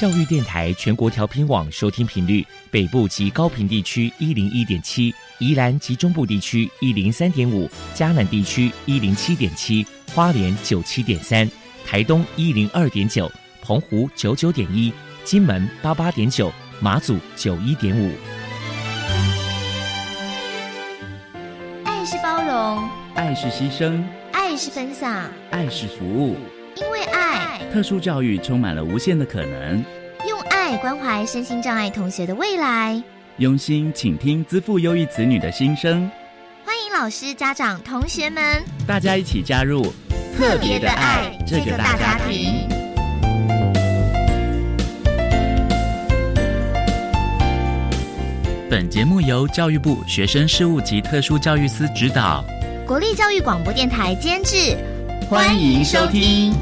教育电台全国调频网收听频率：北部及高屏地区101.7，宜兰及中部地区103.5，嘉南地区107.7，花莲97.3，台东102.9，澎湖99.1，金门88.9，马祖91.5。 爱是包容， 爱是牺牲， 爱是分享， 爱是服务。 因为爱， 特殊教育充满了无限的可能。 用爱关怀身心障碍同学的未来， 用心倾听资赋优异子女的心声。 欢迎老师、家长、同学们， 大家一起加入特别的爱这个大家庭。 本节目由教育部学生事务及特殊教育司指导， 国立教育广播电台监制。 欢迎收听。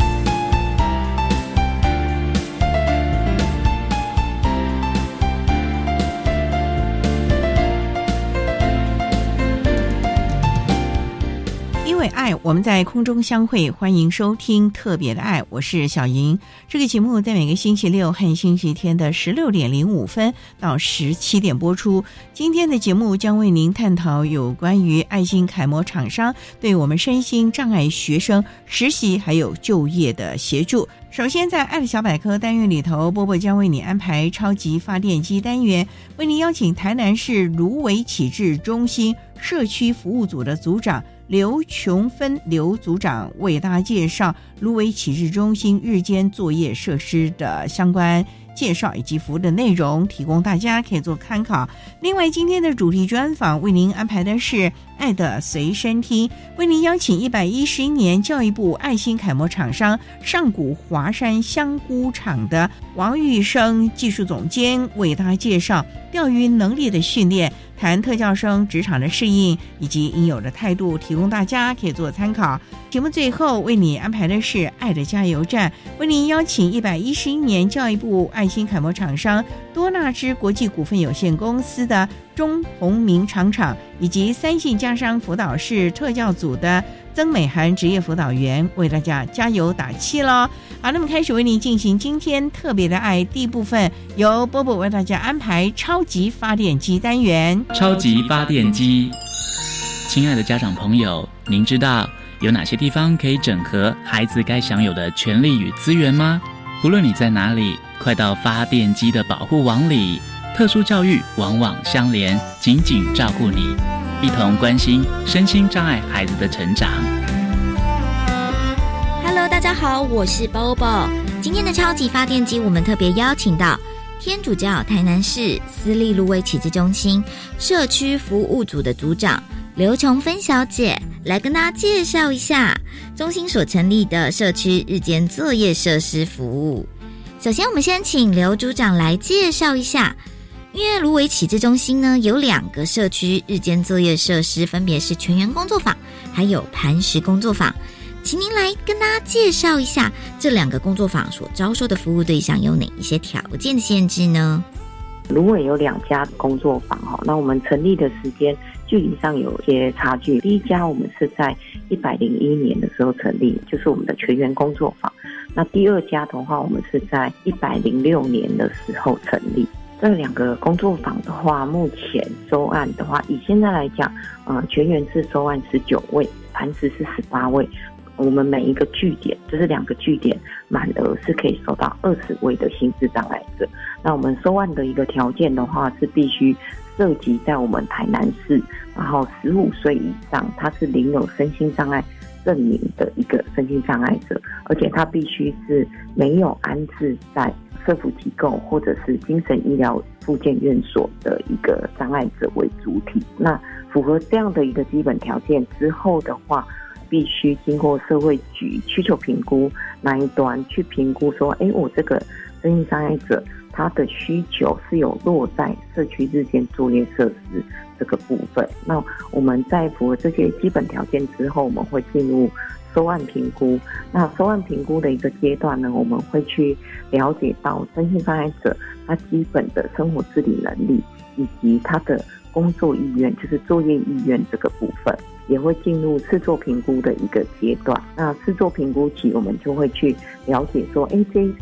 因为爱，我们在空中相会，欢迎收听特别的爱，我是小莹。这个节目在每个星期六和星期天的16点05分到17点播出。今天的节目将为您探讨有关于爱心楷模厂商对我们身心障碍学生实习还有就业的协助。首先在爱的小百科单元里头，波波将为你安排超级发电机单元，为您邀请台南市芦苇启智中心社区服务组的组长刘琼芬刘组长为大家介绍芦苇启智中心日间作业设施的相关介绍以及服务的内容，提供大家可以做参考。另外，今天的主题专访为您安排的是爱的随身听，为您邀请111年教育部爱心楷模厂商上古华山香菇厂的王玉生技术总监为大家介绍钓鱼能力的训练，谈特教生职场的适应以及应有的态度，提供大家可以做参考。节目最后为你安排的是爱的加油站，为您邀请111年教育部爱心楷模厂商多纳兹国际股份有限公司的钟宏明厂长以及三信家商辅导室特教组的曾美涵职业辅导员为大家加油打气咯。好，那么开始为您进行今天特别的爱第一部分，由波波为大家安排超级发电机单元。 超级发电机，亲爱的家长朋友，您知道有哪些地方可以整合孩子该享有的权利与资源吗？不论你在哪里，快到发电机的保护网里，特殊教育网网相连，紧紧照顾你，一同关心身心障碍孩子的成长。 Hello， 大家好，我是 Bobo。今天的超级发电机，我们特别邀请到天主教台南市私立芦苇启智中心社区服务组的组长刘琼芬小姐来跟大家介绍一下中心所成立的社区日间作业设施服务。首先我们先请刘组长来介绍一下，因为芦苇启智中心呢有2个社区日间作业设施，分别是全员工作坊还有磐石工作坊，请您来跟大家介绍一下这2个工作坊所招收的服务对象有哪一些条件的限制呢？ 芦苇有2家工作坊，那我们成立的时间距离上有些差距。第一家我们是在101年的时候成立，就是我们的全员工作坊。那第2家的话，我们是在106年的时候成立。这2个工作坊的话，目前收案的话，以现在来讲，全员是收案19位，磐石是18位。我们每一个据点，就是2个据点满额是可以收到20位的心智障碍者。那我们收案的一个条件的话，是必须涉及在我们台南市，然后15岁以上，他是领有身心障碍证明的一个身心障碍者，而且他必须是没有安置在社福机构或者是精神医疗复健院所的一个障碍者为主体。那符合这样的一个基本条件之后的话，必须经过社会局需求评估那一端去评估说，我这个身心障碍者他的需求是有落在社区日间作业设施这个部分。那我们在符合这些基本条件之后，我们会进入收案评估。那收案评估的一个阶段呢，我们会去了解到身心障碍者他基本的生活自理能力以及他的工作意愿，就是作业意愿这个部分，也会进入试作评估的一个阶段。那试作评估期，我们就会去了解说，这个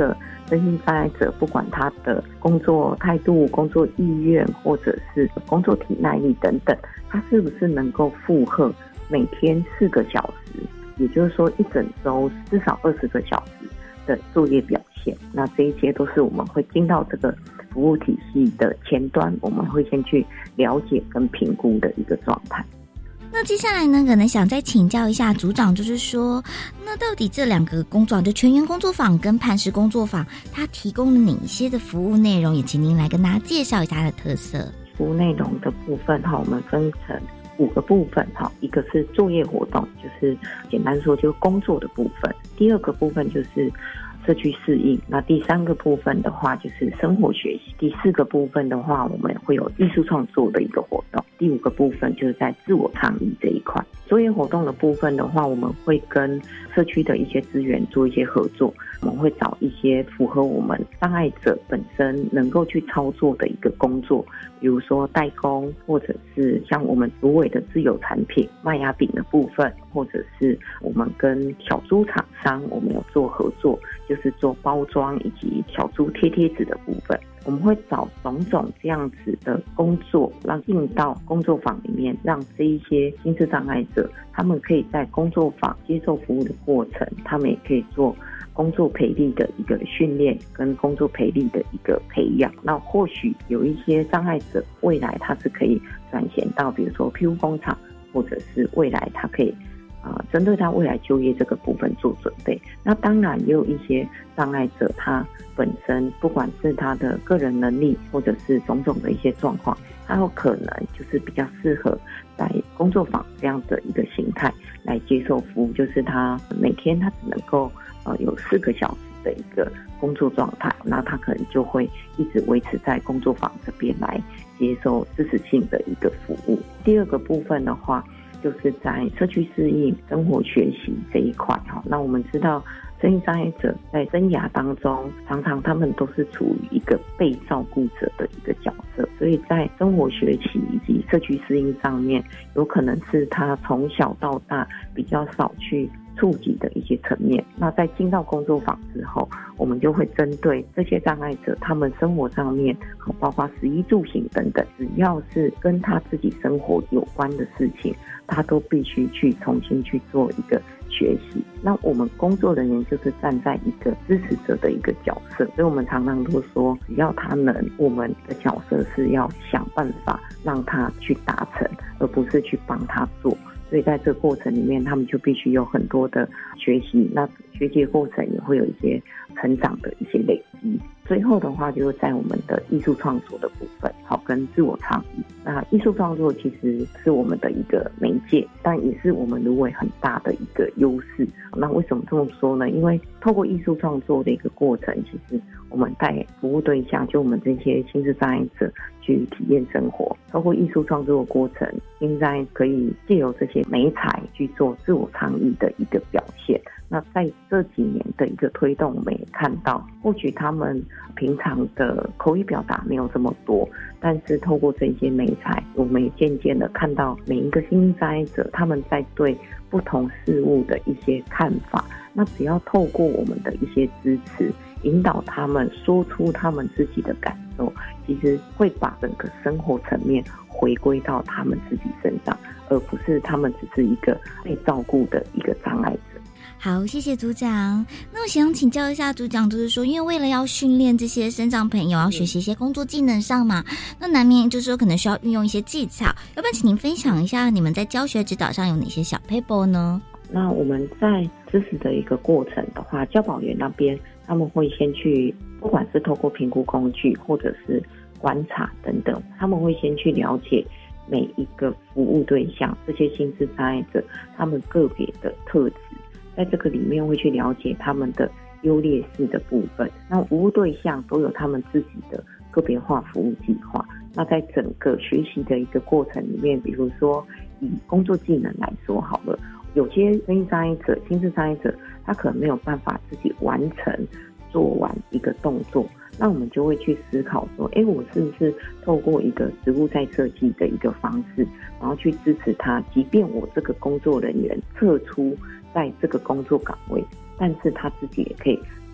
身心障碍者不管他的工作态度、工作意愿或者是工作体耐力等等，他是不是能够负荷每天4个小时，也就是说一整周至少20个小时的作业表现。那这一些都是我们会进到这个服务体系的前端，我们会先去了解跟评估的一个状态。 那接下来呢，可能想再请教一下组长，就是说，那到底这2个工作，就全员工作坊跟磐石工作坊，它提供了哪一些的服务内容？也请您来跟大家介绍一下它的特色。 服务内容的部分我们分成5个部分一个是作业活动，就是简单说就是工作的部分；第2个部分就是社区适应，那第3个部分的话就是生活学习，第4个部分的话我们会有艺术创作的一个活动，第5个部分就是在自我倡议这一块。作业活动的部分的话，我们会跟社区的一些资源做一些合作，我们会找一些符合我们障碍者本身能够去操作的一个工作，比如说代工，或者是像我们芦苇的自有产品麦芽饼的部分，或者是我们跟小猪厂商我们有做合作，就是做包装以及小猪贴纸的部分。我们会找种种这样子的工作，让进到工作坊里面，让这一些心智障碍者他们可以在工作坊接受服务的过程，他们也可以做工作培力的一个训练跟工作培力的一个培养。那或许有一些障碍者未来他是可以转型到比如说庇护工厂，或者是未来他可以针对他未来就业这个部分做准备。那当然也有一些障碍者他本身不管是他的个人能力或者是种种的一些状况，他有可能就是比较适合在工作坊这样的一个形态来接受服务，就是他每天他只能够有4个小时的一个工作状态，那他可能就会一直维持在工作坊这边来接受支持性的一个服务。第2个部分的话就是在社区适应、生活学习这一块。那我们知道身心障碍者在生涯当中，常常他们都是处于一个被照顾者的一个角色，所以在生活学习以及社区适应上面，有可能是他从小到大比较少去触及的一些层面。那在进到工作坊之后，我们就会针对这些障碍者他们生活上面包括食衣住行等等，只要是跟他自己生活有关的事情，他都必须去重新去做一个学习。那我们工作人员就是站在一个支持者的一个角色，所以我们常常都说，只要他能，我们的角色是要想办法让他去达成，而不是去帮他做。所以在这个过程里面，他们就必须有很多的学习，那学习的过程也会有一些成长的一些累积。最后的话就是在我们的艺术创作的部分，跟自我倡议。那艺术创作其实是我们的一个媒介，但也是我们芦苇很大的一个优势。那为什么这么说呢？因为透过艺术创作的一个过程，其实我们带服务对象，就我们这些心智障碍者去体验生活。透过艺术创作的过程，现在可以借由这些媒材去做自我倡议的一个表现。那在这几年的一个推动，我们也看到，或许他们平常的口语表达没有这么多，但是透过这些媒材，我们也渐渐的看到每一个心智障碍者他们在对不同事物的一些看法。那只要透过我们的一些支持，引导他们说出他们自己的感受，其实会把整个生活层面回归到他们自己身上，而不是他们只是一个被照顾的一个障碍者。 好，谢谢组长。那我想请教一下组长，就是说，因为为了要训练这些身障朋友，要学习一些工作技能上嘛，那难免就是说可能需要运用一些技巧，要不然请您分享一下你们在教学指导上有哪些小撇步呢？ 那我们在支持的一个过程的话，教保员那边他们会先去，不管是透过评估工具或者是观察等等，他们会先去了解每一个服务对象，这些心智障碍者他们个别的特质，在这个里面会去了解他们的优劣势的部分。那服务对象都有他们自己的个别化服务计划。那在整个学习的一个过程里面，比如说以工作技能来说好了，有些身心障碍者、心智障碍者，他可能没有办法自己完成做完一个动作，那我们就会去思考说，我是不是透过一个职务再设计的一个方式，然后去支持他，即便我这个工作人员撤出在这个工作岗位，但是他自己也可以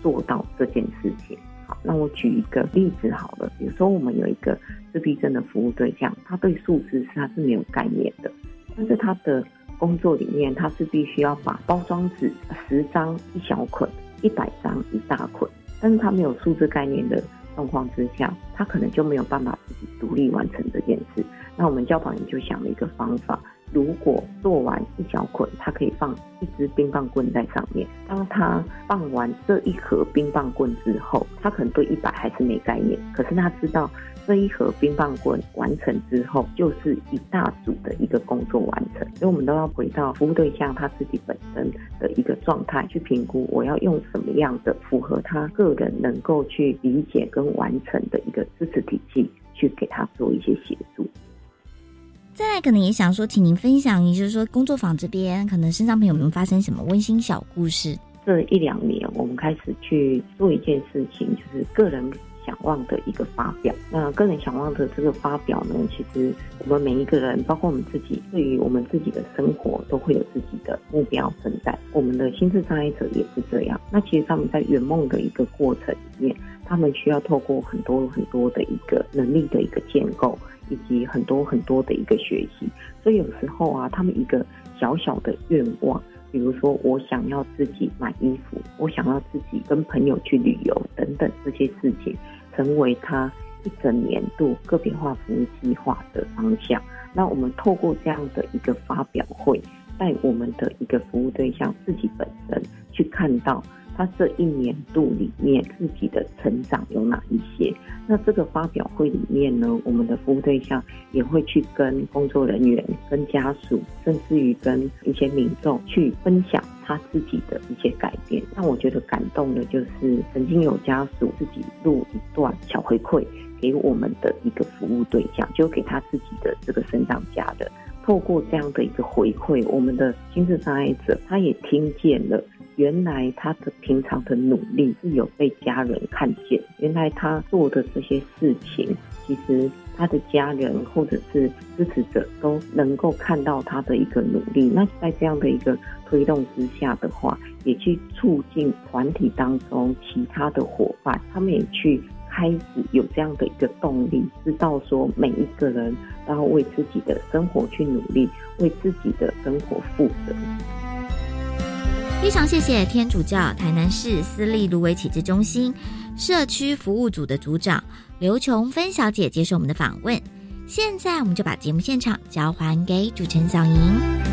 做到这件事情。好，那我举一个例子好了，比如说我们有一个自闭症的服务对象，他对数字他是没有概念的，但是他的工作里面他是必须要把包装纸10张一小捆，100张一大捆，但是他没有数字概念的状况之下，他可能就没有办法自己独立完成这件事。那我们教保员就想了一个方法，如果做完一小捆，他可以放一支冰棒棍在上面。当他放完这一盒冰棒棍之后，他可能对100还是没概念，可是他知道这一盒冰棒棍完成之后，就是一大组的一个工作完成。所以我们都要回到服务对象他自己本身的一个状态去评估，我要用什么样的符合他个人能够去理解跟完成的一个支持体系，去给他做一些协助。 再来可能也想说请您分享，也就是说工作坊这边可能身障朋友们发生什么温馨小故事。 这1-2年我们开始去做一件事情，就是个人想望的一个发表。那个人想望的这个发表呢，其实我们每一个人包括我们自己，对于我们自己的生活都会有自己的目标存在。我们的心智障碍者也是这样，那其实他们在圆梦的一个过程里面，他们需要透过很多很多的一个能力的一个建构，以及很多很多的一个学习。所以有时候啊，他们一个小小的愿望，比如说我想要自己买衣服，我想要自己跟朋友去旅游等等，这些事情成为他一整年度个别化服务计划的方向。那我们透过这样的一个发表会，带我们的一个服务对象自己本身去看到他这一年度里面自己的成长有哪一些。那这个发表会里面呢，我们的服务对象也会去跟工作人员、跟家属，甚至于跟一些民众去分享他自己的一些改变。让我觉得感动的就是曾经有家属自己录一段小回馈给我们的一个服务对象，就给他自己的这个身障家的。透过这样的一个回馈，我们的心智障碍者他也听见了，原来他的平常的努力是有被家人看见，原来他做的这些事情，其实他的家人或者是支持者都能够看到他的一个努力。那在这样的一个推动之下的话，也去促进团体当中其他的伙伴，他们也去开始有这样的一个动力，知道说每一个人都要为自己的生活去努力，为自己的生活负责。 非常谢谢天主教台南市私立芦苇启智中心社区服务组的组长刘琼芬小姐接受我们的访问。现在我们就把节目现场交还给主持人小莹。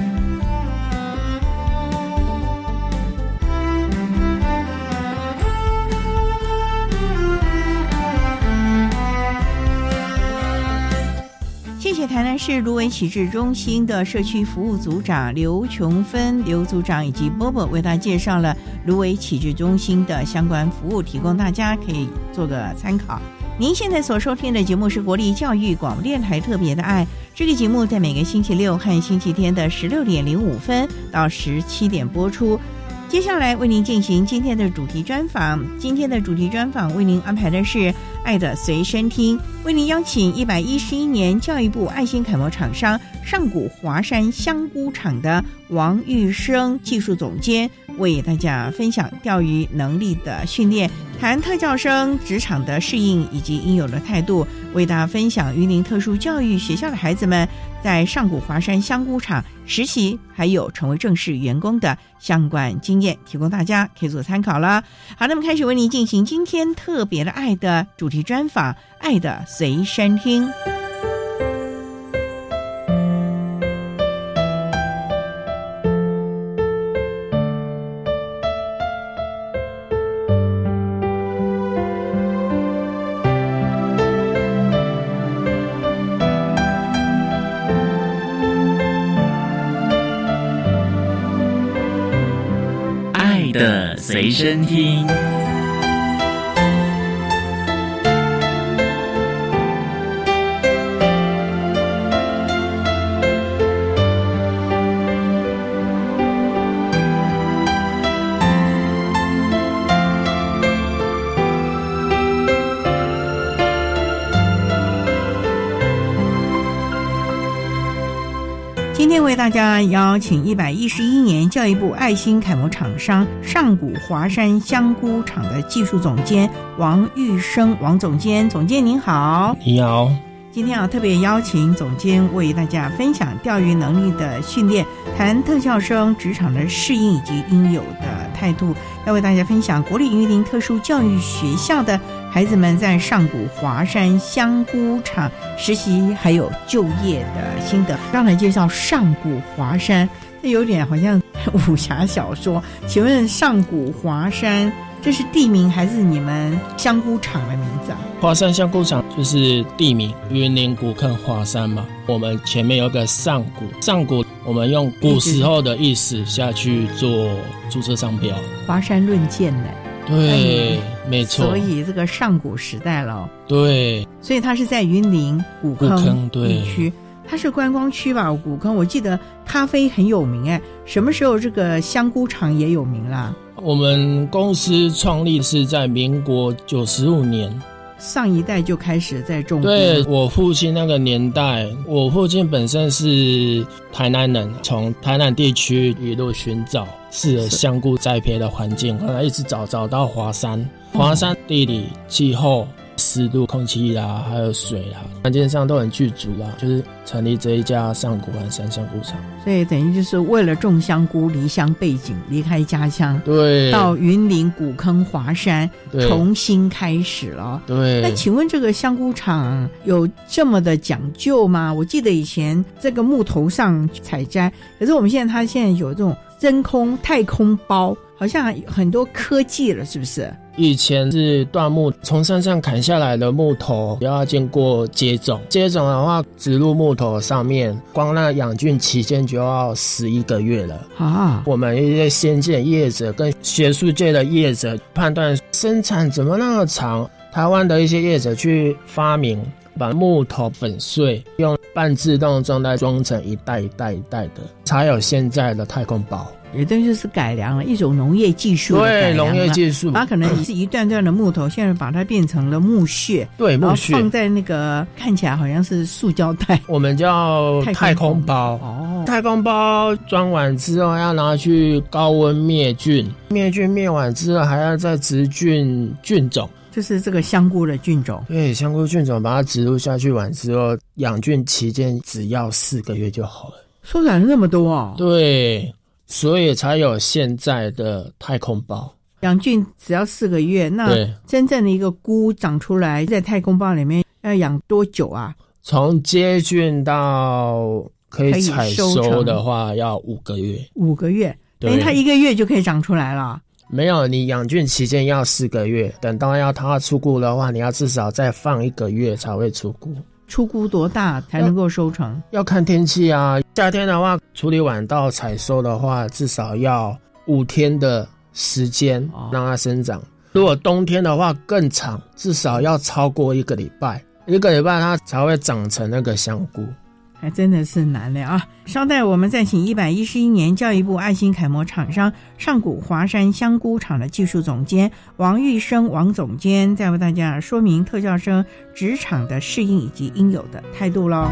谢谢台南市芦苇启智中心的社区服务组长刘琼芬刘组长以及波波为大家介绍了芦苇启智中心的相关服务，提供大家可以做个参考。您现在所收听的节目是国立教育广播电台特别的爱，这个节目在每个星期六和星期天的16:05到17点播出。接下来为您进行今天的主题专访。今天的主题专访为您安排的是爱的随身听，为您邀请111年教育部爱心楷模厂商上古华山香菇厂的王玉生技术总监，为大家分享钓鱼能力的训练，谈特教生职场的适应以及应有的态度，为大家分享云林特殊教育学校的孩子们在上古华山香菇厂实习还有成为正式员工的相关经验，提供大家可以做参考了。好，那么开始为您进行今天特别的爱的主题专访，爱的随身听。 随身听。 天为大家邀请111年教育部爱心楷模厂商上古华山香菇厂的技术总监王玉生王总监。总监您好。 你好。 今天特别邀请总监为大家分享钓鱼能力的训练，谈特教生职场的适应以及应有的态度，要为大家分享国立云林特殊教育学校的孩子们在上古华山香菇厂实习还有就业的心得。刚才介绍上古华山，这有点好像武侠小说，请问上古华山这是地名还是你们香菇厂的名字啊？ 华山香菇厂就是地名，云林古坑华山嘛。我们前面有个上古，上古我们用古时候的意思下去做注册商标。 华山论剑呢？ 对，没错。 所以这个上古时代了。 对。 所以它是在云林古坑地区。它是观光区吧？古坑我记得咖啡很有名什么时候这个香菇厂也有名啦？ 我们公司创立是在民国95年， 上一代就开始在种。 对，我父亲那个年代，我父亲本身是台南人，从台南地区一路寻找适合香菇栽培的环境，后来一直找到华山。华山地理气候湿度、空气啦，还有水啦，环境上都很具足啦，就是成立这一家上古华山香菇厂。 所以等于就是为了种香菇，离乡背井，离开家乡， 对， 到云林古坑华山重新开始了。 对。 那请问这个香菇厂有这么的讲究吗？我记得以前这个木头上采摘，可是我们现在有这种真空太空包，好像很多科技了，是不是？ 以前是椴木，从山上砍下来的木头要经过接种，接种的话植入木头上面，光那养菌期间就要11个月了啊！我们一些先进业者跟学术界的业者判断生产怎么那么长，台湾的一些业者去发明把木头粉碎，用半自动状态装成一袋一袋一袋的，才有现在的太空包。 也就是改良了一种农业技术的改良了。 对，农业技术， 它可能是一段段的木头，现在把它变成了木屑， 对，木屑放在那个看起来好像是塑胶袋， 我们叫太空包。哦，太空包装完之后要拿去高温灭菌，灭完之后还要再植菌种。 就是这个香菇的菌种。 对，香菇菌种把它植入下去完之后，养菌期间只要4个月就好了。 缩短了那么多哦。 对，所以才有现在的太空包。 养菌只要4个月，那真正的一个菇长出来在太空包里面要养多久啊？ 从接菌到可以采收的话要5个月。 5个月，等于它1个月就可以长出来了。 没有，你养菌期间要4个月，等到要它出菇的话，你要至少再放1个月才会出菇。 出菇多大才能够收成？ 要看天气啊。夏天的话，处理完到采收的话，至少要5天的时间让它生长。如果冬天的话更长，至少要超过1个礼拜，1个礼拜它才会长成那个香菇。 还真的是难了啊！稍待，我们再请111年教育部爱心楷模厂商上古华山香菇厂的技术总监王玉生王总监，再为大家说明特教生职场的适应以及应有的态度咯。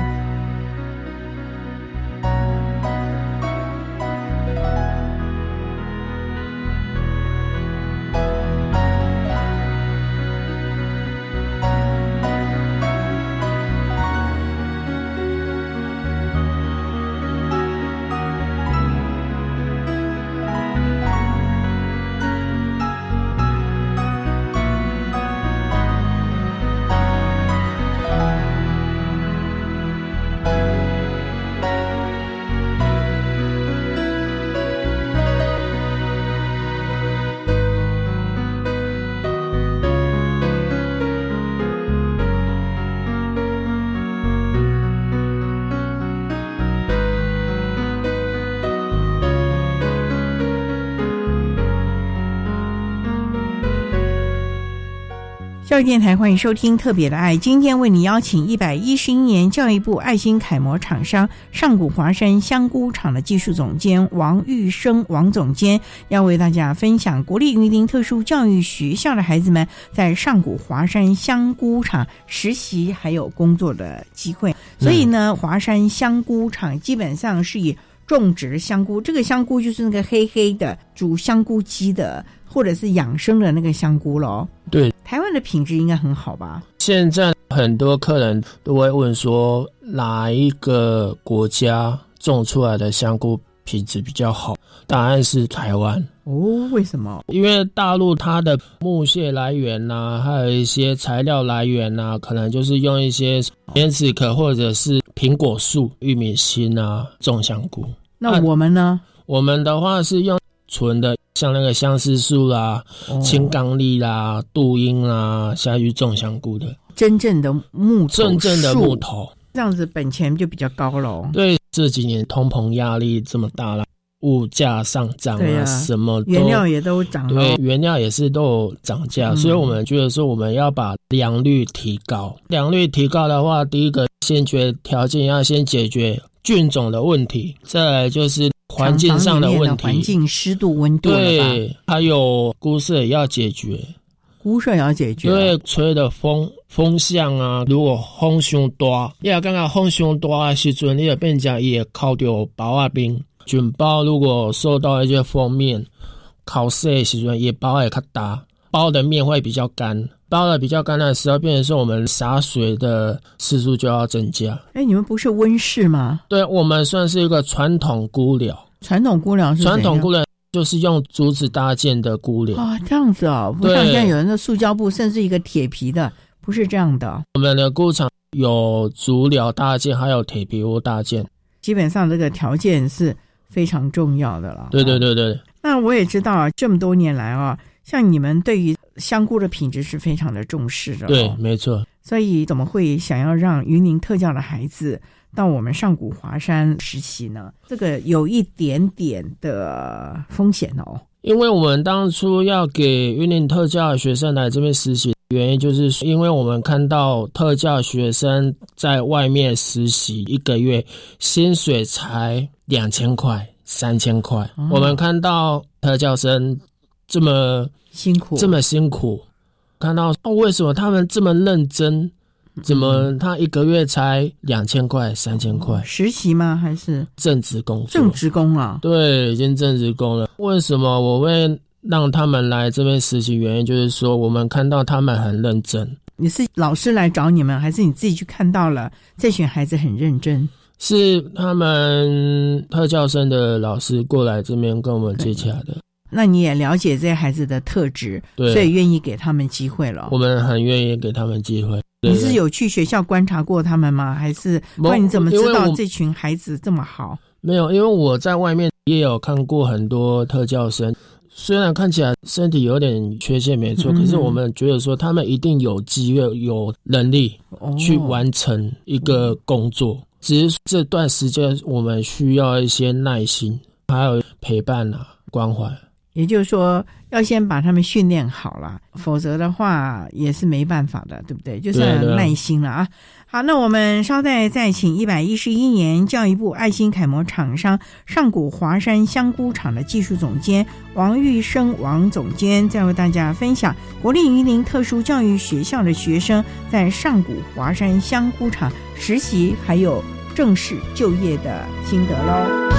教育电台欢迎收听特别的爱，今天为你邀请111年教育部爱心楷模厂商上古华山香菇厂的技术总监王玉生王总监，要为大家分享国立云林特殊教育学校的孩子们在上古华山香菇厂实习还有工作的机会。所以呢，华山香菇厂基本上是以种植香菇，这个香菇就是那个黑黑的煮香菇鸡的或者是养生的那个香菇咯。 对， 台湾的品质应该很好吧？ 现在很多客人都会问说，哪一个国家种出来的香菇品质比较好？答案是台湾。 哦，为什么？ 因为大陆它的木屑来源啊，还有一些材料来源啊，可能就是用一些莲子壳或者是苹果树、玉米芯啊种香菇。 那我们呢？ 我们的话是用纯的，像那个相思树啦、青冈栎啦、杜英啦下去种香菇的， 真正的木头， 真正的木头， 这样子本钱就比较高了。 对，这几年通膨压力这么大了，物价上涨啊，什么都原料也都涨了， 对，原料也是都有涨价，所以我们觉得说我们要把良率提高。良率提高的话，第一个先决条件要先解决菌种的问题，再来就是环境上的问题， 环境湿度温度， 对，还有菇舍也要解决， 菇舍也要解决， 对，吹的风向啊，如果风伤大，你也感觉风伤大的时候，你就变成也靠到包啊冰，菌包如果受到一些风面烤湿的时候，也包会较大，包的面会比较干，包的比较干的时候，变成说我们洒水的次数就要增加。 你们不是温室吗？ 对，我们算是一个传统菇寮。 传统菇寮是怎样？ 传统菇寮就是用竹子搭建的菇寮啊，这样子哦，不像现在有人的塑胶布，甚至一个铁皮的，不是这样的。 我们的菇场有竹寮搭建，还有铁皮屋搭建， 基本上这个条件是非常重要的了。 对对对对。 那我也知道啊，这么多年来啊，像你们对于香菇的品质是非常的重视的。 对，没错。 所以怎么会想要让云林特教的孩子到我们上古华山实习呢？这个有一点点的风险哦。 因为我们当初要给云林特教的学生来这边实习，原因就是因为我们看到特教学生在外面实习1个月薪水才2000块、3000块，我们看到特教生这么辛苦，看到为什么他们这么认真，怎么他1个月才2000块、3000块？ 实习吗？还是正职工作？ 正职工啊？ 对，已经正职工了。为什么我会让他们来这边实习？原因就是说，我们看到他们很认真。 你是老师来找你们，还是你自己去看到了这群孩子很认真？ 是他们特教生的老师过来这边跟我们接洽的。 那你也了解这些孩子的特质，所以愿意给他们机会了。 我们很愿意给他们机会。 你是有去学校观察过他们吗？还是你怎么知道这群孩子这么好？ 没有，因为我在外面也有看过很多特教生，虽然看起来身体有点缺陷没错，可是我们觉得说他们一定有机会有能力去完成一个工作，只是这段时间我们需要一些耐心，还有陪伴啊，关怀。 也就是说要先把他们训练好了，否则的话也是没办法的，对不对？就是要有耐心了啊。好，那我们稍待再请111年教育部爱心楷模厂商上古华山香菇厂的技术总监王玉生王总监，再为大家分享国立云林特殊教育学校的学生在上古华山香菇厂实习还有正式就业的心得咯。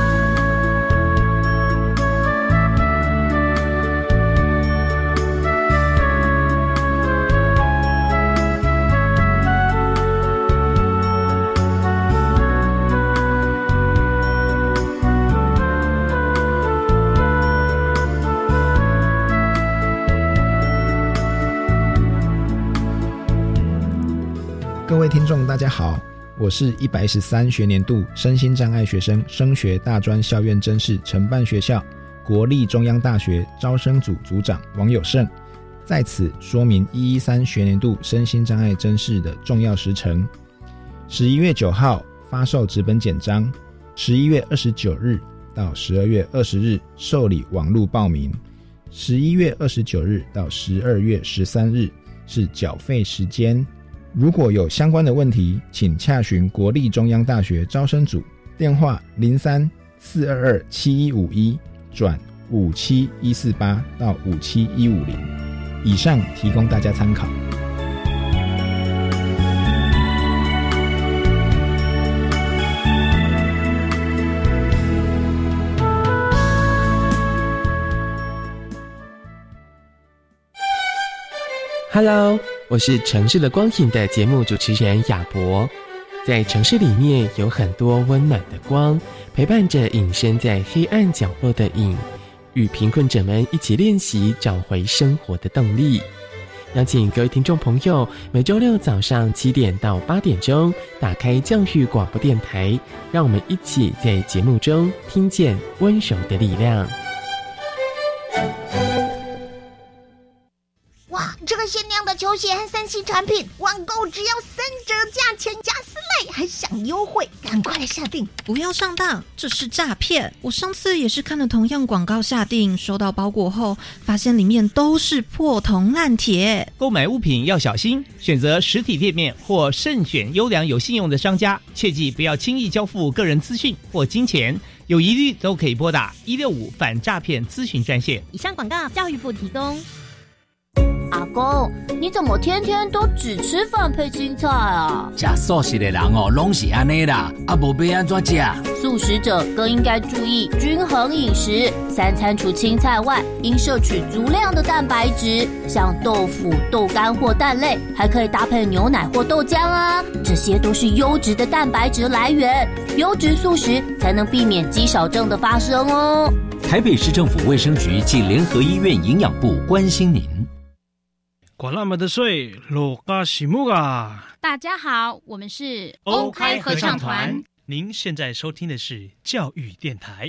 各位听众大家好，我是113学年度身心障碍学生升学大专校院甄试承办学校国立中央大学招生组组长王有胜，在此说明113学年度身心障碍甄试的重要时程。11月9号发售纸本简章，11月29日到12月20日受理网络报名，11月29日到12月13日是缴费时间。如果有相关的问题，请洽询国立中央大学招生组，电话03-422-7151转57148到57150。以上提供大家参考。 Hello， 我是城市的光影的节目主持人亚博。在城市里面有很多温暖的光，陪伴着隐身在黑暗角落的影，与贫困者们一起练习找回生活的动力。邀请各位听众朋友，每周六早上7点到8点钟，打开教育广播电台，让我们一起在节目中听见温柔的力量。 哇，这个限量的球鞋和3C 产品，网购只要3折价钱加4类，还享优惠，赶快来下定！ 不要上当，这是诈骗！我上次也是看了同样广告下定，收到包裹后，发现里面都是破铜烂铁。 购买物品要小心，选择实体店面或慎选优良有信用的商家，切记不要轻易交付个人资讯或金钱。有疑虑都可以拨打165反诈骗咨询专线。 以上广告，教育部提供。 阿公，你怎么天天都只吃饭配青菜啊？ 吃素食的人哦，拢是安尼啦，啊无要安怎吃？ 素食者更应该注意均衡饮食，3餐除青菜外，应摄取足量的蛋白质，像豆腐、豆干或蛋类，还可以搭配牛奶或豆浆啊，这些都是优质的蛋白质来源。优质素食才能避免肌少症的发生哦。 台北市政府卫生局及联合医院营养部关心您。 管那么的水，落嘎西木啊！ 大家好，我们是欧开合唱团。您现在收听的是教育电台。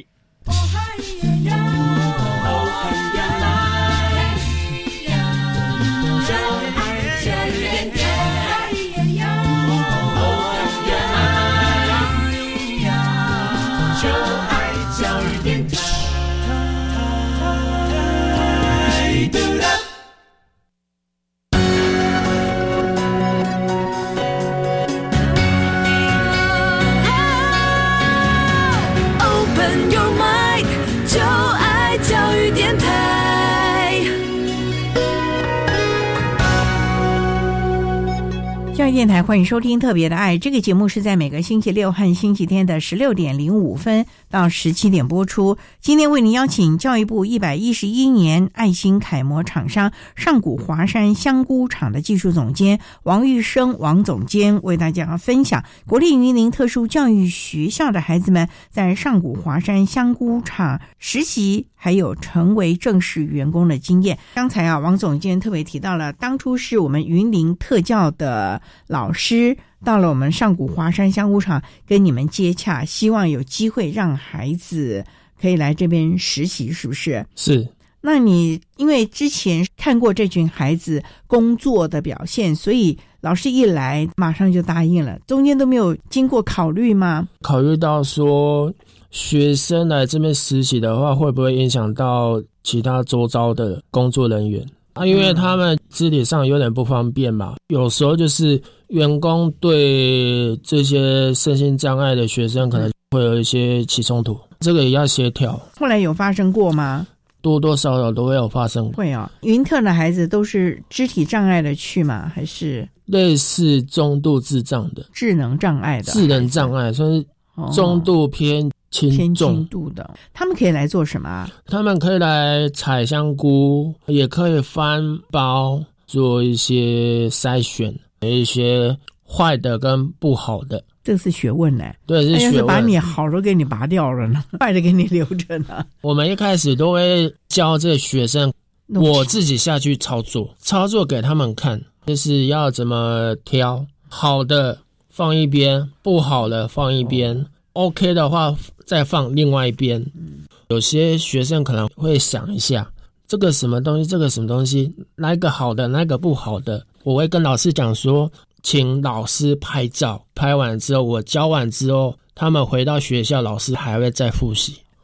教育电台，欢迎收听特别的爱。这个节目是在每个星期六和星期天的16点05分到17点播出。今天为您邀请教育部111年爱心楷模厂商上古华山香菇厂的技术总监王玉生王总监，为大家分享国立云林特殊教育学校的孩子们在上古华山香菇厂实习还有成为正式员工的经验。刚才王总监特别提到了，当初是我们云林特教的老师到了我们上古华山香菇厂跟你们接洽，希望有机会让孩子可以来这边实习，是不是？ 是。 那你因为之前看过这群孩子工作的表现，所以老师一来马上就答应了，中间都没有经过考虑吗？ 考虑到说学生来这边实习的话，会不会影响到其他周遭的工作人员啊？因为他们肢体上有点不方便嘛，有时候就是员工对这些身心障碍的学生可能会有一些起冲突，这个也要协调。 后来有发生过吗？ 多多少少都会有发生。 会啊，云特的孩子都是肢体障碍的去吗？还是类似中度智障的智能障碍的？ 智能障碍算是中度偏轻度的。他们可以来做什么啊？ 他们可以来采香菇，也可以翻包，做一些筛选，一些坏的跟不好的。 这是学问呢。 对，是学问。 要是把你好的给你拔掉了呢，坏的给你留着呢。 我们一开始都会教这学生，我自己下去操作给他们看，就是要怎么挑，好的放一边，不好的放一边，OK 的话再放另外一边。有些学生可能会想一下，这个什么东西，这个什么东西，哪一个好的，哪一个不好的，我会跟老师讲说，请老师拍照，拍完之后我教完之后，他们回到学校，老师还会再复习。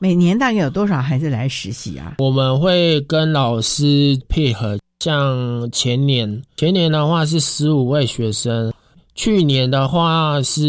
每年大概有多少孩子来实习啊？ 我们会跟老师配合，像前年的话是15位学生，去年的话是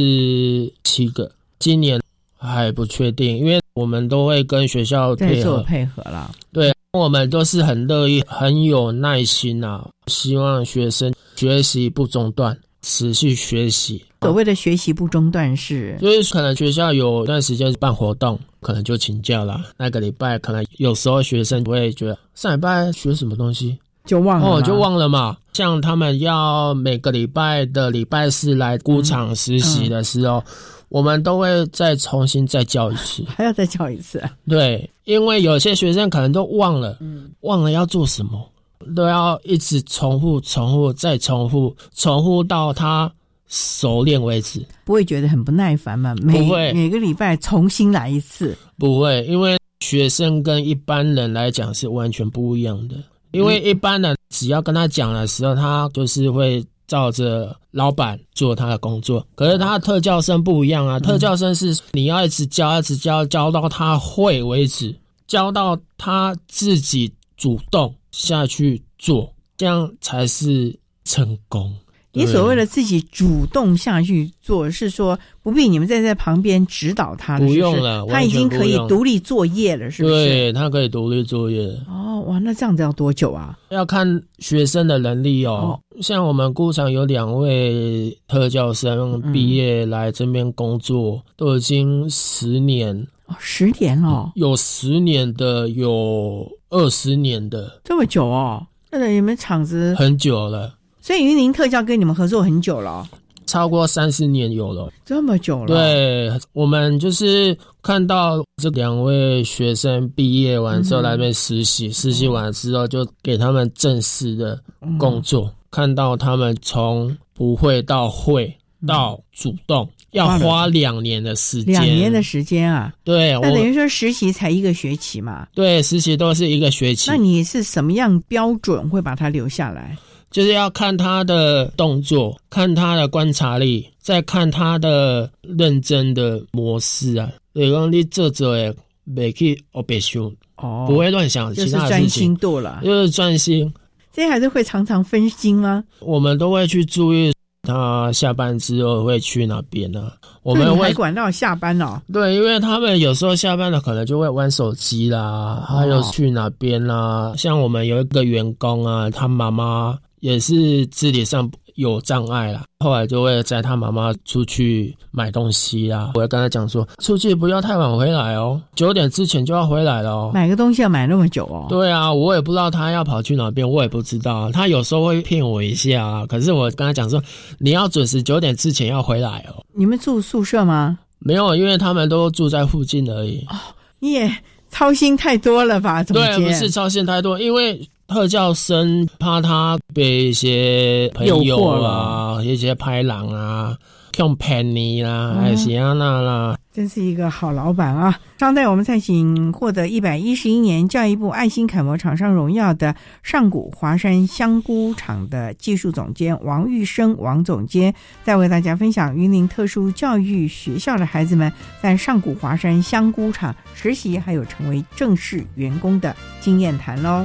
7个，今年还不确定，因为我们都会跟学校在做配合了。 对，我们都是很乐意、很有耐心啊，希望学生学习不中断，持续学习。 所谓的学习不中断是， 就是可能学校有段时间办活动，可能就请假了。那个礼拜可能有时候学生会觉得上礼拜学什么东西就忘了， 就忘了嘛。像他们要每个礼拜的礼拜4来菇场实习的时候，我们都会再重新再教一次， 还要再教一次。 对，因为有些学生可能都忘了，忘了要做什么，都要一直重复再重复到他熟练为止。 不会觉得很不耐烦吗？ 不会， 每个礼拜重新来一次。 不会，因为学生跟一般人来讲是完全不一样的。因为一般人只要跟他讲的时候，他就是会照着老板做他的工作。可是他特教生不一样啊，特教生是你要一直教到他会为止，教到他自己主动下去做，这样才是成功。 你所谓的自己主动下去做，是说不必你们在旁边指导他了， 不用了， 他已经可以独立作业了，是不是？ 对，他可以独立作业。 哇，那这样子要多久啊？ 要看学生的能力哦。像我们菇场有2位特教生毕业来这边工作，都已经10年。 10年了？ 有10年的，有20年的。 这么久哦？那你们厂子很久了。 所以云林特教跟你们合作很久了， 超过30年有了， 这么久了。 对，我们就是看到这2位学生毕业完之后来这边实习，实习完之后就给他们正式的工作，看到他们从不会到会到主动，要花2年的时间。2 年的时间啊？ 对， 那等于说实习才1个学期嘛？ 对，实习都是1个学期。 那你是什么样标准会把他留下来？ 就是要看他的动作，看他的观察力，再看他的认真的模式啊。对，讲你做的没去白想，不会乱想其他的事情， 就是专心度了， 就是专心。 这些孩子会常常分心吗？ 我们都会去注意他下班之后会去哪边啊。我们会还管到下班哦。 对，因为他们有时候下班了可能就会玩手机啦，还有去哪边啦。像我们有一个员工啊，他妈妈也是肢体上有障碍啦，后来就会载他妈妈出去买东西啦。我会跟他讲说，出去不要太晚回来哦，9点之前就要回来了哦。 买个东西要买那么久哦？ 对啊，我也不知道他要跑去哪边，我也不知道。他有时候会骗我一下啊，可是我跟他讲说，你要准时9点之前要回来哦。 你们住宿舍吗？ 没有，因为他们都住在附近而已。 你也操心太多了吧？ 对，不是操心太多，因为特教生怕他被一些朋友啊、一些拍狼啊、用骗你啦，还是啊那啦， 真是一个好老板啊！稍待，我们再请获得111年教育部爱心楷模厂商荣耀的上古华山香菇厂的技术总监王玉生王总监，再为大家分享云林特殊教育学校的孩子们在上古华山香菇厂实习，还有成为正式员工的经验谈咯。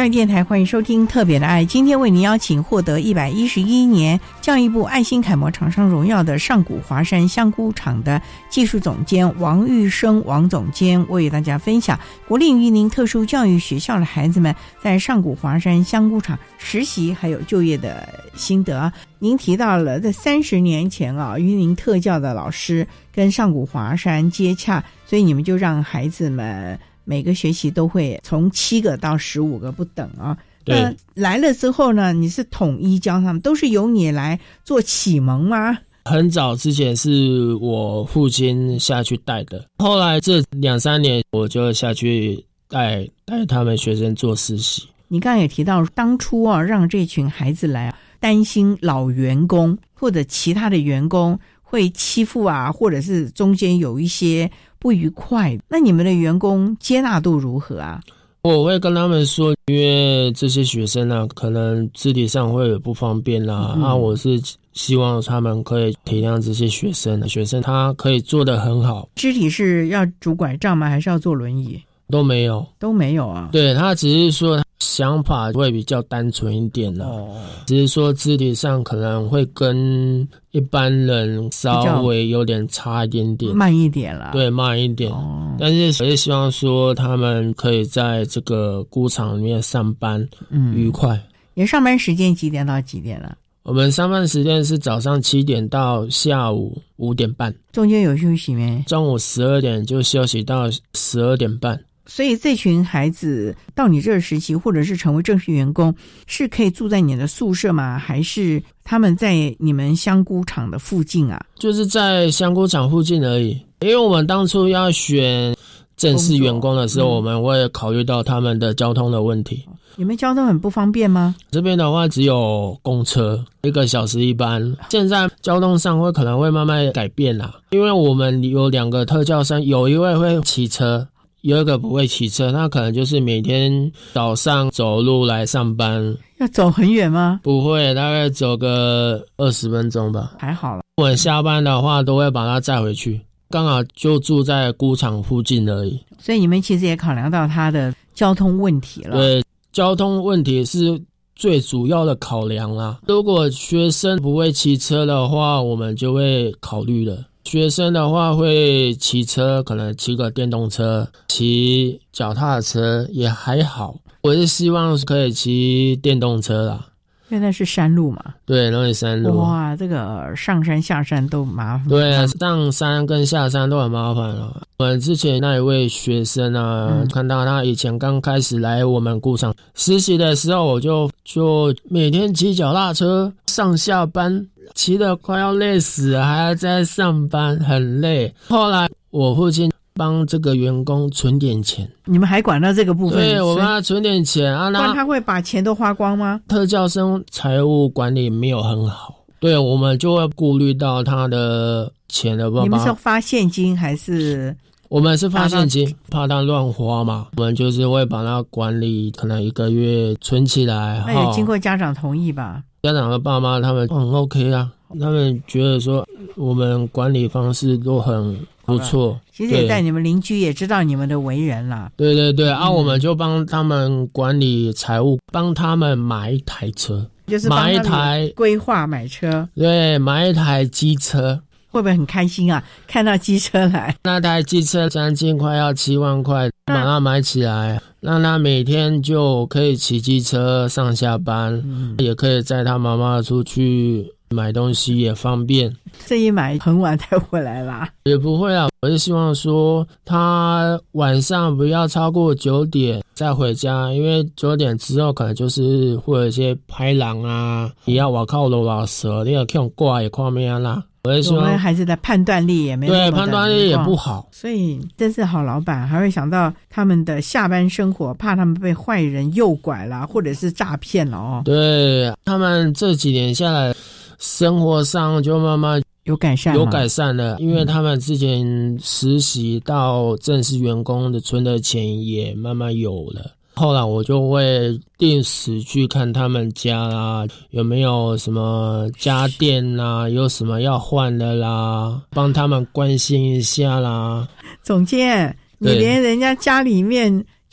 教育电台，欢迎收听特别的爱。今天为您邀请获得111年教育部爱心楷模厂商荣耀的上古华山香菇厂的技术总监王玉生王总监，为大家分享国立云林特殊教育学校的孩子们在上古华山香菇厂实习还有就业的心得。您提到了在30年前云林特教的老师跟上古华山接洽，所以你们就让孩子们每个学期都会从7个到15个不等啊。 对， 那来了之后呢，你是统一教他们，都是由你来做启蒙吗？ 很早之前是我父亲下去带的，后来这2-3年我就下去带他们学生做实习。 你刚刚也提到当初让这群孩子来担心老员工或者其他的员工会欺负或者是中间有一些不愉快，那你们的员工接纳度如何啊？ 我会跟他们说，因为这些学生可能肢体上会有不方便我是希望他们可以体谅这些学生他可以做得很好。 肢体是要拄拐杖吗？还是要坐轮椅？ 都没有啊。对，他只是说想法会比较单纯一点只是说肢体上可能会跟一般人稍微有点差一点点， 慢一点了。 对，慢一点。但是我是希望说他们可以在这个菇厂里面上班愉快。 你上班时间几点到几点了？ 我们上班时间是早上7点到下午5点半， 中间有休息没？ 中午12点就休息到12点半。 所以这群孩子到你这儿实习或者是成为正式员工，是可以住在你的宿舍吗？还是他们在你们香菇厂的附近啊？ 就是在香菇厂附近而已。因为我们当初要选正式员工的时候，我们会考虑到他们的交通的问题。 你们交通很不方便吗？ 这边的话只有公车，1个小时一班。现在交通上可能会慢慢改变因为我们有2个特教生，有一位会骑车，有一个不会骑车，那可能就是每天早上走路来上班。 要走很远吗？ 不会，大概走个20分钟吧。 还好了。 我们下班的话都会把他载回去，刚好就住在菇厂附近而已。 所以你们其实也考量到他的交通问题了。 对，交通问题是最主要的考量如果学生不会骑车的话，我们就会考虑了。学生的话会骑车，可能骑个电动车，骑脚踏车也还好。我是希望可以骑电动车因为那是山路嘛。 对，那是山路。 哇，这个上山下山都麻烦。 对啊，上山跟下山都很麻烦我们之前那一位学生看到他以前刚开始来我们菇厂实习的时候，我就每天骑脚踏车上下班，骑得快要累死了，还要再上班，很累。后来我父亲帮这个员工存点钱。 你们还管到这个部分？ 对，我帮他存点钱不然他会把钱都花光吗？ 特教生财务管理没有很好，对，我们就会顾虑到他的钱的办法。 你们是发现金还是？ 我们是发现金，怕他乱花嘛，我们就是会把他管理，可能1个月存起来。 那也经过家长同意吧？ 家长的爸妈他们很 OK 他们觉得说我们管理方式都很不错。 其实也在你们邻居也知道你们的为人啦。 对对对我们就帮他们管理财务，帮他们买一台车， 就是帮他们规划买车。 对，买一台机车。 会不会很开心看到机车来？ 那台机车将近快要7万块，把它买起来，让他每天就可以骑机车上下班，也可以载他妈妈出去买东西，也方便。 这一买很晚才回来啦？ 也不会我是希望说他晚上不要超过9点再回家，因为9点之后可能就是会有一些拍狼也要外口路蛇，你要看挂也看咩我们孩子的判断力也没有， 对，判断力也不好， 所以真是好老板，还会想到他们的下班生活，怕他们被坏人诱拐啦，或者是诈骗了对，他们这几年下来，生活上就慢慢有改善了， 因为他们之前实习到正式员工的存的钱也慢慢有了。后来我就会定时去看他们家有没有什么家电有什么要换的啦，帮他们关心一下啦。 总监，你连人家家里面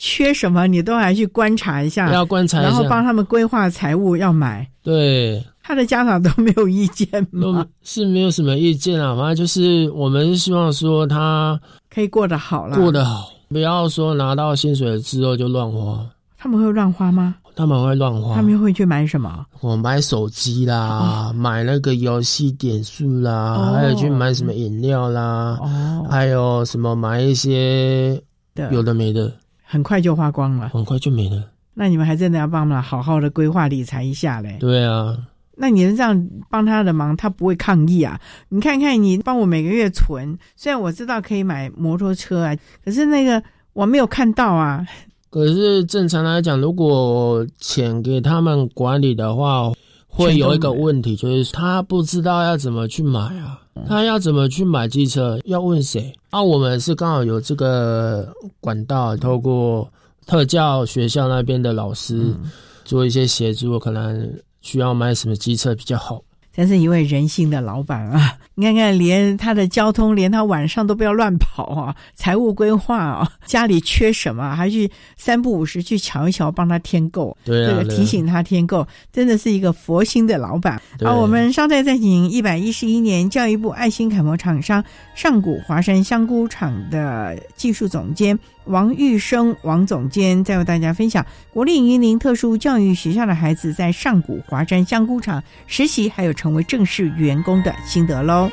缺什么你都还去观察一下， 要观察一下， 然后帮他们规划财务要买。 对， 他的家长都没有意见吗？ 是没有什么意见啊，反正就是我们是希望说他可以过得好啦， 过得好，不要说拿到薪水之后就乱花。 他们会乱花吗？ 他们会乱花。 他们会去买什么？ 我买手机啦，买那个游戏点数啦，还有去买什么饮料啦，还有什么买一些有的没的， 很快就花光了， 很快就没了。 那你们还真的要帮他们好好的规划理财一下嘞。 对啊， 那你这样帮他的忙，他不会抗议啊？你看看你帮我每个月存，虽然我知道可以买摩托车啊，可是那个我没有看到啊。 可是正常来讲，如果钱给他们管理的话，会有一个问题，就是他不知道要怎么去买啊，他要怎么去买机车，要问谁啊？我们是刚好有这个管道，透过特教学校那边的老师做一些协助，可能需要买什么机车比较好。 真是一位人性的老板啊！你看看，连他的交通，连他晚上都不要乱跑啊，财务规划啊，家里缺什么还去3不5时去瞧一瞧，帮他添购。 对啊， 这个提醒他添购，真的是一个佛心的老板。好，我们稍待再请111年教育部爱心楷模厂商上古华山香菇厂的技术总监王玉生王总监，再为大家分享国立云林特殊教育学校的孩子在上古华山香菇厂实习，还有成为正式员工的心得咯。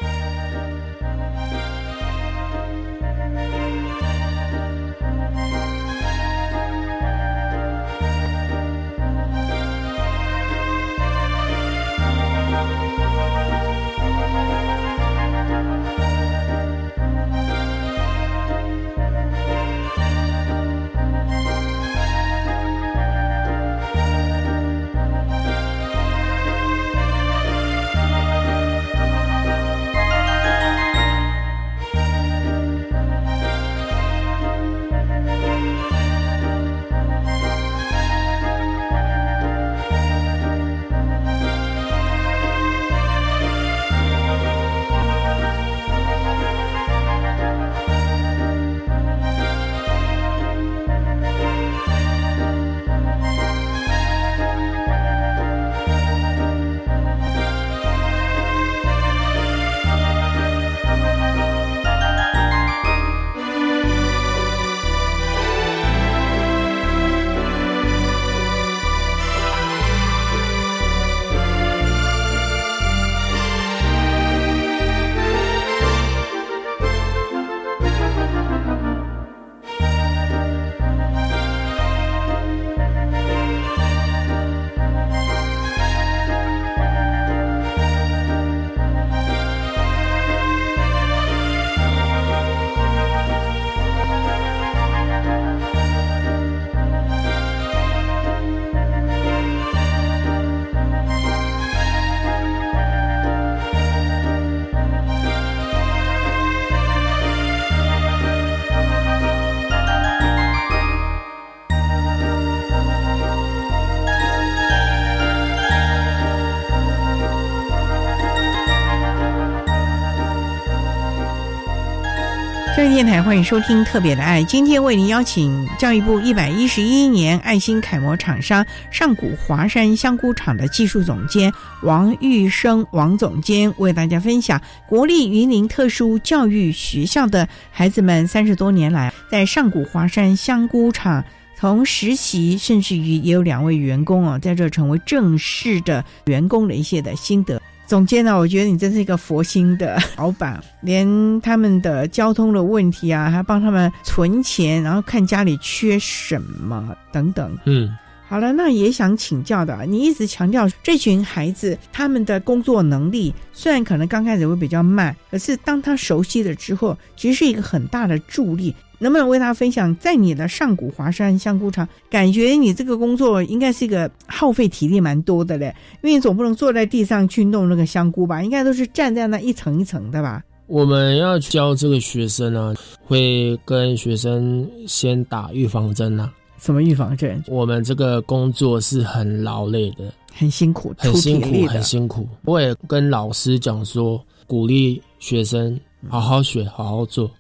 教育电台欢迎收听特别的爱，今天为您邀请教育部111年爱心楷模厂商上古华山香菇厂的技术总监王玉生王总监，为大家分享国立云林特殊教育学校的孩子们30多年来在上古华山香菇厂从实习，甚至于也有2位员工在这成为正式的员工的一些的心得。总监呢，我觉得你真是一个佛心的老板，连他们的交通的问题啊，还帮他们存钱，然后看家里缺什么等等。好了，那也想请教的，你一直强调这群孩子他们的工作能力虽然可能刚开始会比较慢，可是当他熟悉了之后，其实是一个很大的助力。能不能为他分享，在你的上古华山香菇厂，感觉你这个工作应该是一个耗费体力蛮多的嘞，因为你总不能坐在地上去弄那个香菇吧，应该都是站在那一层一层的吧。 我们要教这个学生啊，会跟学生先打预防针啊。 什么预防针？ 我们这个工作是很劳累的， 很辛苦， 很辛苦，很辛苦。我也跟老师讲说，鼓励学生好好学，好好做。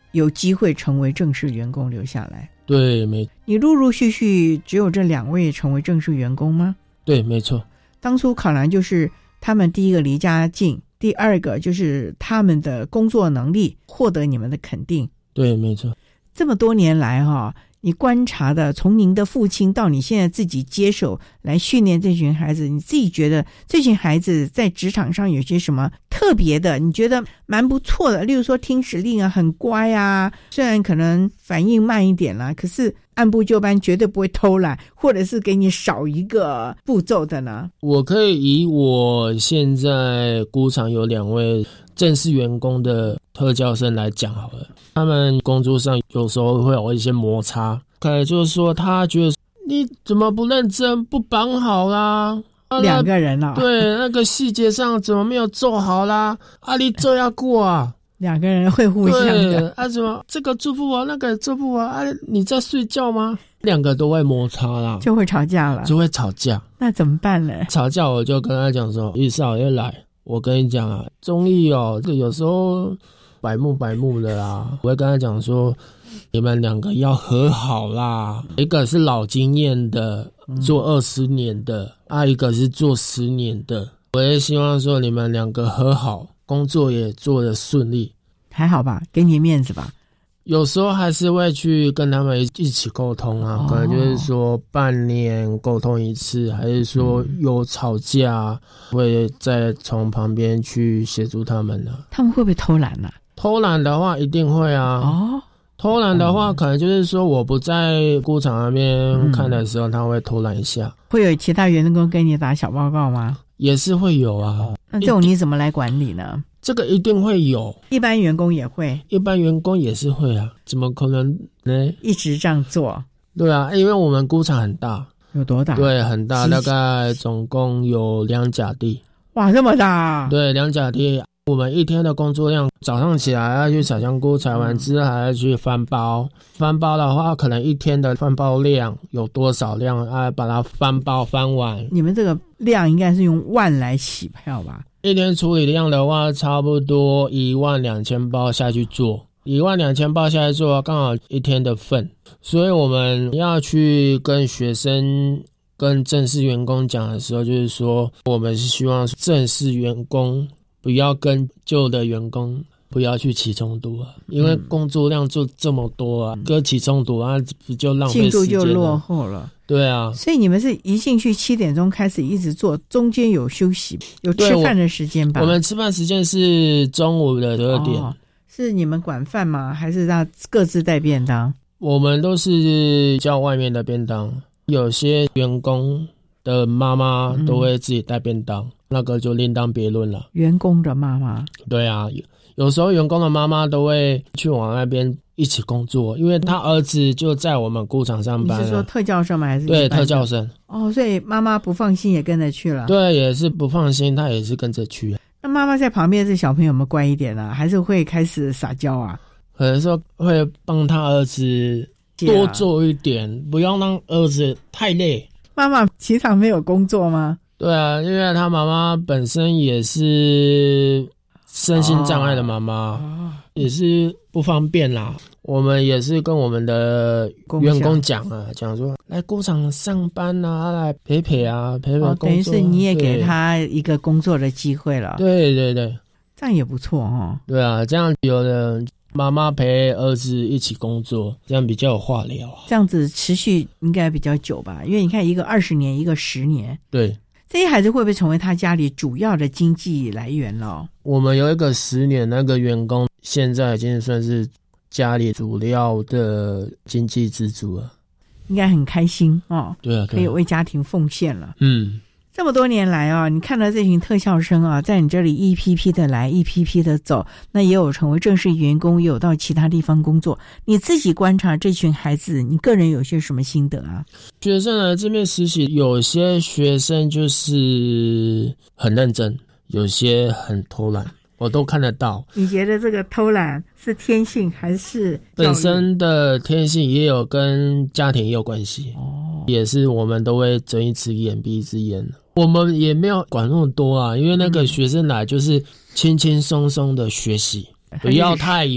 有机会成为正式员工留下来。 对， 你陆陆续续只有这2位成为正式员工吗？ 对，没错。 当初考量就是他们第一个离家近，第二个就是他们的工作能力获得你们的肯定。 对，没错。 这么多年来你观察的，从您的父亲到你现在自己接手来训练这群孩子，你自己觉得这群孩子在职场上有些什么特别的，你觉得蛮不错的？例如说听指令啊，很乖啊，虽然可能反应慢一点啦，可是按部就班，绝对不会偷懒，或者是给你少一个步骤的呢？ 我可以以我现在菇厂有2位正式员工的特教生来讲好了，他们工作上有时候会有一些摩擦，可能就是说他觉得你怎么不认真不绑好啦 ，2个人啊， 对，那个细节上怎么没有做好啦，你这样过啊 ，2个人会互相的怎么这个做不完那个做不完你在睡觉吗？2个都会摩擦啦， 就会吵架了， 就会吵架。 那怎么办呢？ 吵架我就跟他讲说，一少爷来，我跟你讲啊，综艺有时候白目的啦，我会跟他讲说，你们2个要和好啦，一个是老经验的，做20年的，一个是做10年的，我也希望说你们2个和好，工作也做得顺利。 还好吧，给你面子吧。 有时候还是会去跟他们一起沟通啊，可能就是说半年沟通一次，还是说有吵架，会再从旁边去协助他们啊。 他们会不会偷懒啊？ 偷懒的话一定会啊。偷懒的话可能就是说我不在菇厂那边看的时候，他会偷懒一下。 会有其他员工跟你打小报告吗？ 也是会有啊。 那这种你怎么来管理呢？ 这个一定会有， 一般员工也会， 一般员工也是会啊，怎么可能呢？ 一直这样做？ 对啊，因为我们菇厂很大。 有多大？ 对，很大，大概总共有2甲地。 哇，这么大！ 对，2甲地。我们一天的工作量，早上起来要去采香菇，采完之后还要去翻包。翻包的话，可能一天的翻包量有多少量，把它翻包翻完。 你们这个量应该是用万来起票吧？ 一天处理量的话，差不多12000包下去做，12000包下去做，刚好一天的份。所以我们要去跟学生、跟正式员工讲的时候，就是说，我们是希望正式员工不要跟旧的员工不要去起冲突啊，因为工作量做这么多啊，跟起冲突不就浪费时间了， 进度就落后了。 对啊， 所以你们是一进去7点钟开始一直做，中间有休息，有吃饭的时间吧？ 我们吃饭时间是中午的12点。 是你们管饭吗？还是让各自带便当？ 我们都是叫外面的便当，有些员工的妈妈都会自己带便当，那个就另当别论了。 员工的妈妈？ 对啊，有时候员工的妈妈都会去往那边一起工作，因为他儿子就在我们菇厂上班。 你是说特教生吗？还是对，特教生。 所以妈妈不放心也跟着去了。 对，也是不放心，他也是跟着去。 那妈妈在旁边，这小朋友们乖一点啊，还是会开始撒娇啊？ 可能说会帮他儿子多做一点，不要让儿子太累。 妈妈平常没有工作吗？ 对啊，因为他妈妈本身也是身心障碍的妈妈，也是不方便啦。我们也是跟我们的员工讲说来菇厂上班啊，来陪陪工作。 等于是你也给他一个工作的机会了。 对对对， 这样也不错哦。 对啊，这样有的妈妈陪儿子一起工作，这样比较有话聊。 这样子持续应该比较久吧？因为你看，一个20年，一个10年。 对。 这些孩子会不会成为他家里主要的经济来源了？ 我们有一个10年那个员工，现在已经算是家里主要的经济支柱了， 应该很开心哦。 对啊， 可以为家庭奉献了。 这么多年来你看到这群特校生在你这里一批批的来，一批批的走，那也有成为正式员工，也有到其他地方工作。你自己观察这群孩子，你个人有些什么心得啊？ 学生来这边实习，有些学生就是很认真，有些很偷懒，我都看得到。 你觉得这个偷懒是天性还是本身的天性，也有跟家庭也有关系？也是我们都会睁一只眼闭一只眼。我们也没有管那么多啊，因为那个学生来就是轻轻松松的学习，不要太有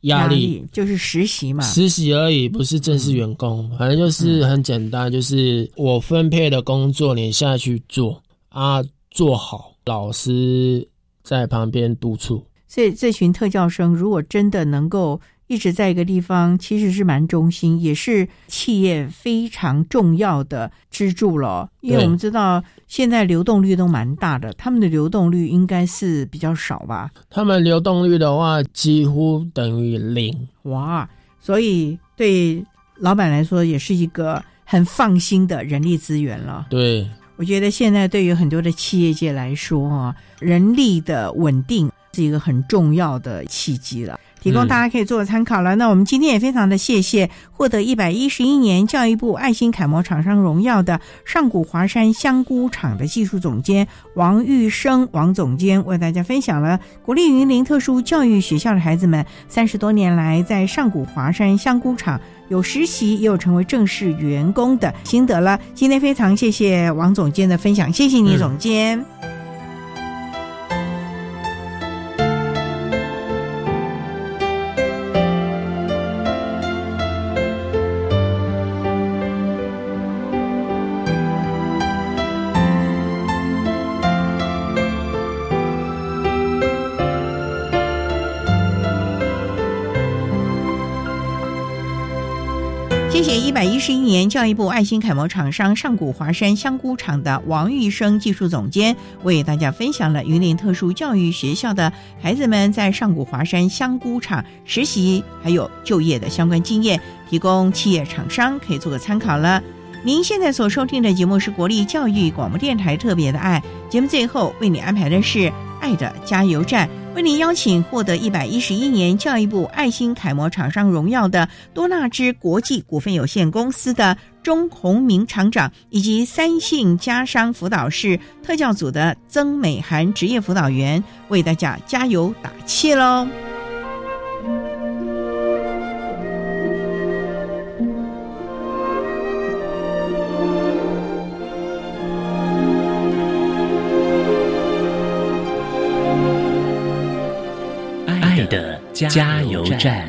压力， 就是实习嘛， 实习而已，不是正式员工。反正就是很简单，就是我分配的工作你下去做啊，做好，老师在旁边督促。 所以这群特教生如果真的能够一直在一个地方，其实是蛮忠心，也是企业非常重要的支柱了。因为我们知道现在流动率都蛮大的，他们的流动率应该是比较少吧？ 他们流动率的话几乎等于0。 哇，所以对老板来说也是一个很放心的人力资源了。 对， 我觉得现在对于很多的企业界来说啊，人力的稳定是一个很重要的契机了，提供大家可以做参考了。那我们今天也非常的谢谢获得111年教育部爱心楷模厂商荣耀的上古华山香菇厂的技术总监王玉生王总监，为大家分享了国立云林特殊教育学校的孩子们30多年来在上古华山香菇厂有实习也有成为正式员工的心得了。今天非常谢谢王总监的分享，谢谢你总监。谢谢111年教育部爱心楷模厂商上古华山香菇厂的王玉生技术总监，为大家分享了云林特殊教育学校的孩子们在上古华山香菇厂实习还有就业的相关经验，提供企业厂商可以做个参考了。您现在所收听的节目是国立教育广播电台特别的爱节目，最后为你安排的是爱的加油站，为您邀请获得111年教育部爱心楷模厂商荣耀的多纳兹国际股份有限公司的钟宏明厂长，以及三信家商辅导室特教组的曾美涵职业辅导员，为大家加油打气咯。 的加油站。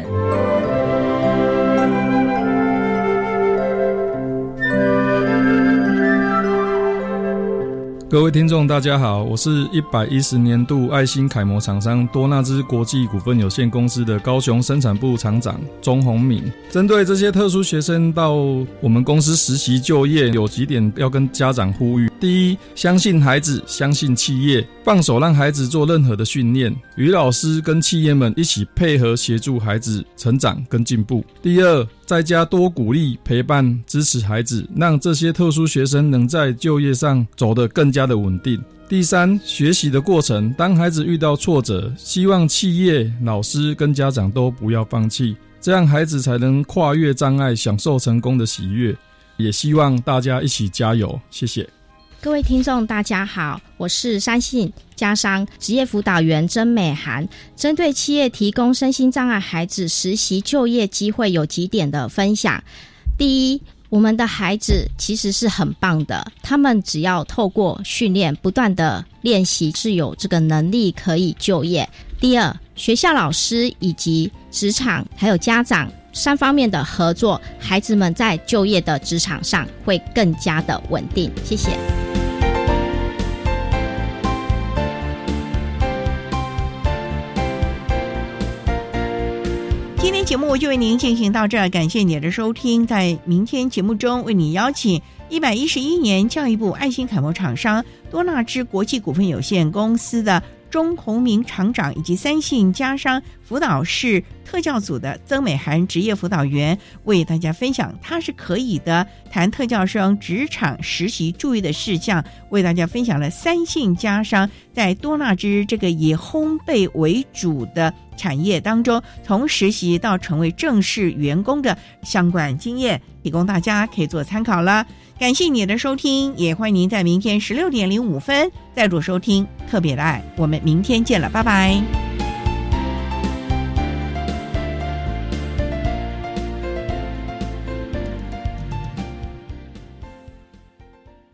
各位听众大家好，我是110年度爱心楷模厂商多纳兹国际股份有限公司的高雄生产部厂长钟宏明。针对这些特殊学生到我们公司实习就业，有几点要跟家长呼吁。第一，相信孩子，相信企业，放手让孩子做任何的训练，与老师跟企业们一起配合协助孩子成长跟进步。第二，在家多鼓励、陪伴、支持孩子，让这些特殊学生能在就业上走得更加的稳定。第三，学习的过程，当孩子遇到挫折，希望企业、老师跟家长都不要放弃，这样孩子才能跨越障碍，享受成功的喜悦。也希望大家一起加油，谢谢。 各位听众大家好，我是三信家商职业辅导员曾美涵。针对企业提供身心障碍孩子实习就业机会有几点的分享。第一，我们的孩子其实是很棒的，他们只要透过训练不断的练习是有这个能力可以就业。第二，学校老师以及职场还有家长3方面的合作，孩子们在就业的职场上会更加的稳定。谢谢。 今天节目就为您进行到这儿，感谢你的收听。在明天节目中，为你邀请111年教育部爱心楷模厂商多纳兹国际股份有限公司的钟宏明厂长，以及三信家商辅导室特教组的曾美涵职业辅导员，为大家分享他是可以的谈特教生职场实习注意的事项，为大家分享了三信家商在多纳兹这个以烘焙为主的产业当中，从实习到成为正式员工的相关经验，提供大家可以做参考了。感谢你的收听，也欢迎您在明天16:05再度收听特别的爱。我们明天见了，拜拜。